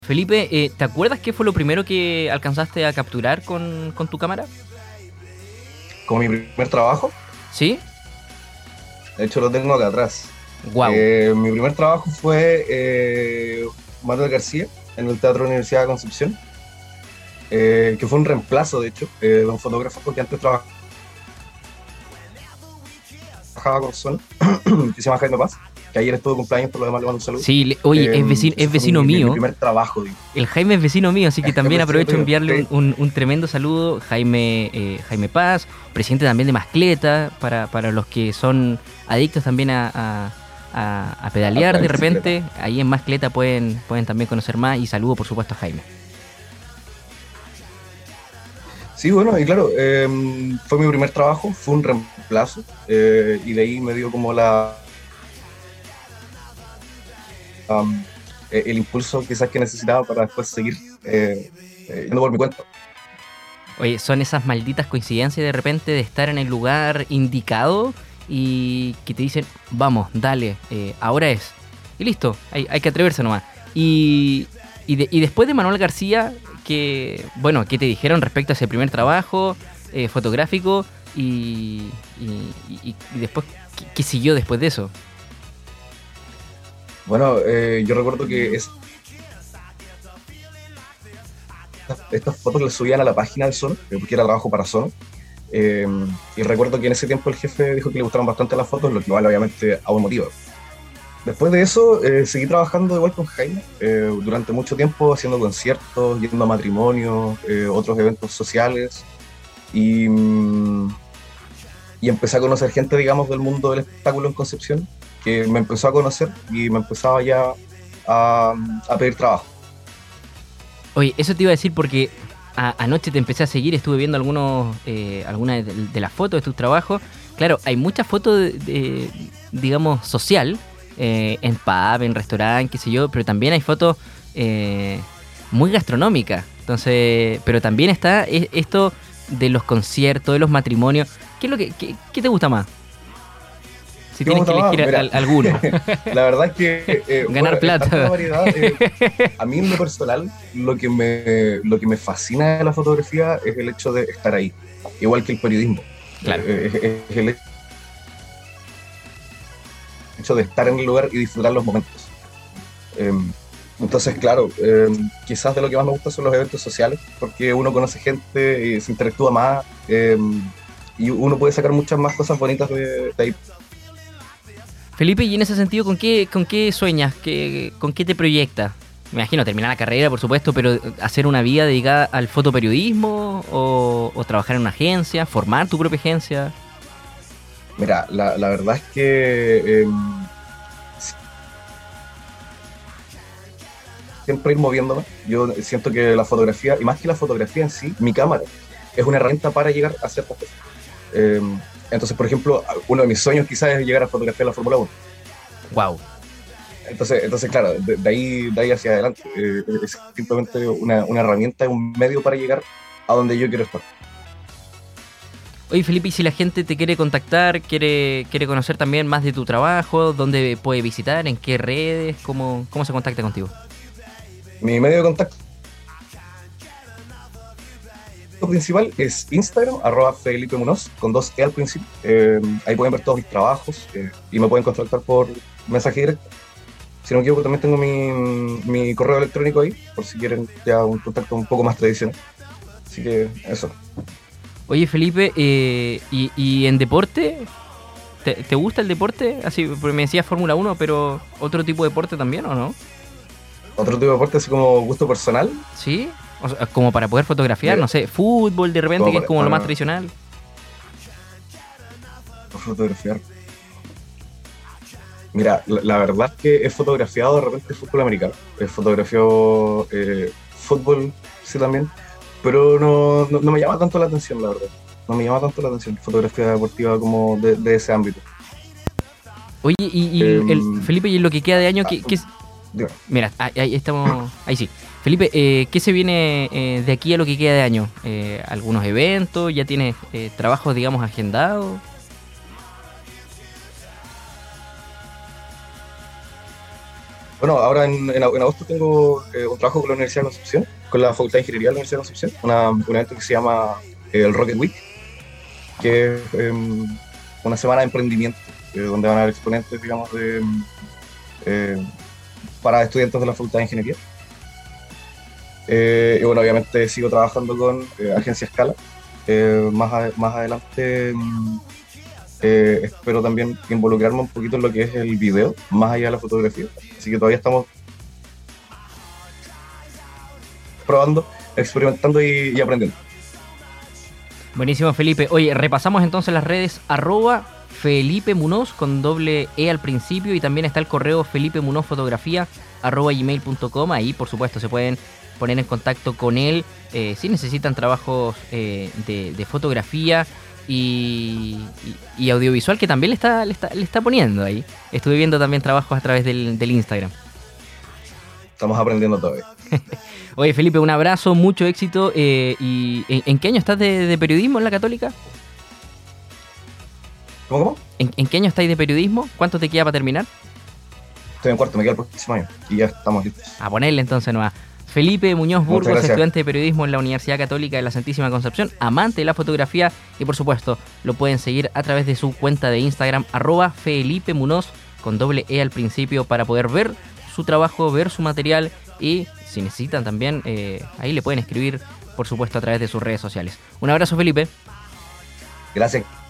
Felipe, ¿te acuerdas qué fue lo primero que alcanzaste a capturar con tu cámara? Como mi primer trabajo, ¿Sí? de hecho lo tengo acá atrás. Wow. Mi primer trabajo fue Manuel García en el Teatro Universidad de Concepción, que fue un reemplazo, de hecho, de un fotógrafo que antes trabajaba con Sony, que se llama Jaime Paz, que ayer estuvo de cumpleaños, por lo demás le mando un saludo. Sí, oye, es Ese fue vecino mi mío. primer trabajo, digo. El Jaime es vecino mío, así que Es también vecino aprovecho de tuyo, enviarle sí. un tremendo saludo. Jaime Paz, presidente también de Mascleta, para los que son adictos también a pedalear A de bicicleta. repente. Ahí en Mascleta pueden también conocer más y saludo por supuesto a Jaime. Sí, bueno, y claro, fue mi primer trabajo, fue un reemplazo, y de ahí me dio como el impulso quizás que necesitaba para después seguir yendo por mi cuenta. Oye, son esas malditas coincidencias de repente de estar en el lugar indicado y que te dicen, vamos, dale, ahora es. Y listo, hay que atreverse nomás. Y después de Manuel García, bueno, ¿qué te dijeron respecto a ese primer trabajo fotográfico? Y después, ¿qué siguió después de eso? Bueno, yo recuerdo que estas fotos las subían a la página de Sono, porque era trabajo para Sono. eh, y recuerdo que en ese tiempo el jefe dijo que le gustaron bastante las fotos, lo que igual obviamente a buen motivo. Después de eso, seguí trabajando igual con Jaime durante mucho tiempo, haciendo conciertos, yendo a matrimonios, otros eventos sociales. Y, y empecé a conocer gente, digamos, del mundo del espectáculo en Concepción, que me empezó a conocer y me empezaba ya a, a pedir trabajo. Oye, eso te iba a decir porque anoche te empecé a seguir, estuve viendo algunas de las fotos de tus trabajos. Claro, hay muchas fotos digamos, social, en pub, en restaurante, qué sé yo, pero también hay fotos eh, muy gastronómicas. Entonces, pero también está esto de los conciertos, de los matrimonios. ¿Qué es qué te gusta más? Si ¿Qué me tienes que gusta más? elegir Mira, alguno. la verdad es que, bueno, Ganar es tanta la plata. variedad. A mí en lo personal, lo que me fascina de la fotografía es el hecho de estar ahí, igual que el periodismo. Claro. Es el hecho de estar en el lugar y disfrutar los momentos. Eh, entonces, claro, quizás de lo que más me gusta son los eventos sociales, porque uno conoce gente y se interactúa más, y uno puede sacar muchas más cosas bonitas de ahí. Felipe, y en ese sentido, con qué sueñas? ¿Con qué te proyectas? Me imagino terminar la carrera, por supuesto, pero hacer una vida dedicada al fotoperiodismo o trabajar en una agencia, formar tu propia agencia. Mira, la verdad es que siempre ir moviéndome. Yo siento que la fotografía, y más que la fotografía en sí, mi cámara es una herramienta para llegar a ciertas cosas. Eh, entonces, por ejemplo, uno de mis sueños quizás es llegar a fotografiar la Fórmula 1. Wow. Entonces claro, de ahí hacia adelante. Es simplemente una herramienta, un medio para llegar a donde yo quiero estar. Oye, Felipe, y si la gente te quiere contactar, quiere conocer también más de tu trabajo, dónde puede visitar, en qué redes, cómo se contacta contigo. Mi medio de contacto principal es Instagram, Felipe Munoz, con dos E al principio. Ahí pueden ver todos mis trabajos y me pueden contactar por mensaje directo. Si no me equivoco, también tengo mi correo electrónico ahí, por si quieren ya un contacto un poco más tradicional. Así que eso. Oye, Felipe, y en deporte, ¿te gusta el deporte? Así, porque me decías Fórmula 1, pero otro tipo de deporte también, ¿o no? Otro tipo de deporte, así como gusto personal, ¿Sí? O sea, como para poder fotografiar, mira, no sé, fútbol de repente, como que es como lo más para tradicional. fotografiar. Mira, la verdad es que he fotografiado de repente fútbol americano, he fotografiado fútbol, sí también, pero no me llama tanto la atención, la verdad. No me llama tanto la atención fotografía deportiva como de ese ámbito. Oye, Eh, Felipe, y en lo que queda de año, ah, dime. mira, ahí estamos, ahí sí. Felipe, ¿qué se viene de aquí a lo que queda de año? ¿Algunos eventos? ¿Ya tienes trabajos, digamos, agendados? Bueno, ahora en agosto tengo un trabajo con la Universidad de Concepción, con la Facultad de Ingeniería de la Universidad de Concepción, un evento que se llama el Rocket Week, que es una semana de emprendimiento, donde van a haber exponentes, digamos, eh, para estudiantes de la Facultad de Ingeniería. Y bueno, obviamente sigo trabajando con Agencia Escala. Más adelante espero también involucrarme un poquito en lo que es el video, más allá de la fotografía. Así que todavía estamos probando, experimentando y aprendiendo. Buenísimo, Felipe. Oye, repasamos entonces las redes @Felipe Munoz con doble E al principio, y también está el correo felipemunozfotografía@gmail.com. Ahí, por supuesto, se pueden poner en contacto con él si necesitan trabajos de fotografía y audiovisual, que también le está poniendo ahí. Estuve viendo también trabajos a través del Instagram. Estamos aprendiendo todavía. Oye, Felipe, un abrazo, mucho éxito. ¿Y en qué año estás de periodismo en la Católica? ¿Cómo? ¿En qué año estáis de periodismo? ¿Cuánto te queda para terminar? Estoy en cuarto, me queda el próximo año y ya estamos listos. A ponerle entonces nomás. Felipe Muñoz Muchas Burgos, gracias. estudiante de periodismo en la Universidad Católica de la Santísima Concepción, amante de la fotografía, y por supuesto lo pueden seguir a través de su cuenta de Instagram @Felipe Munoz con doble E al principio, para poder ver su trabajo, ver su material, y si necesitan también ahí le pueden escribir, por supuesto, a través de sus redes sociales. Un abrazo, Felipe. Gracias.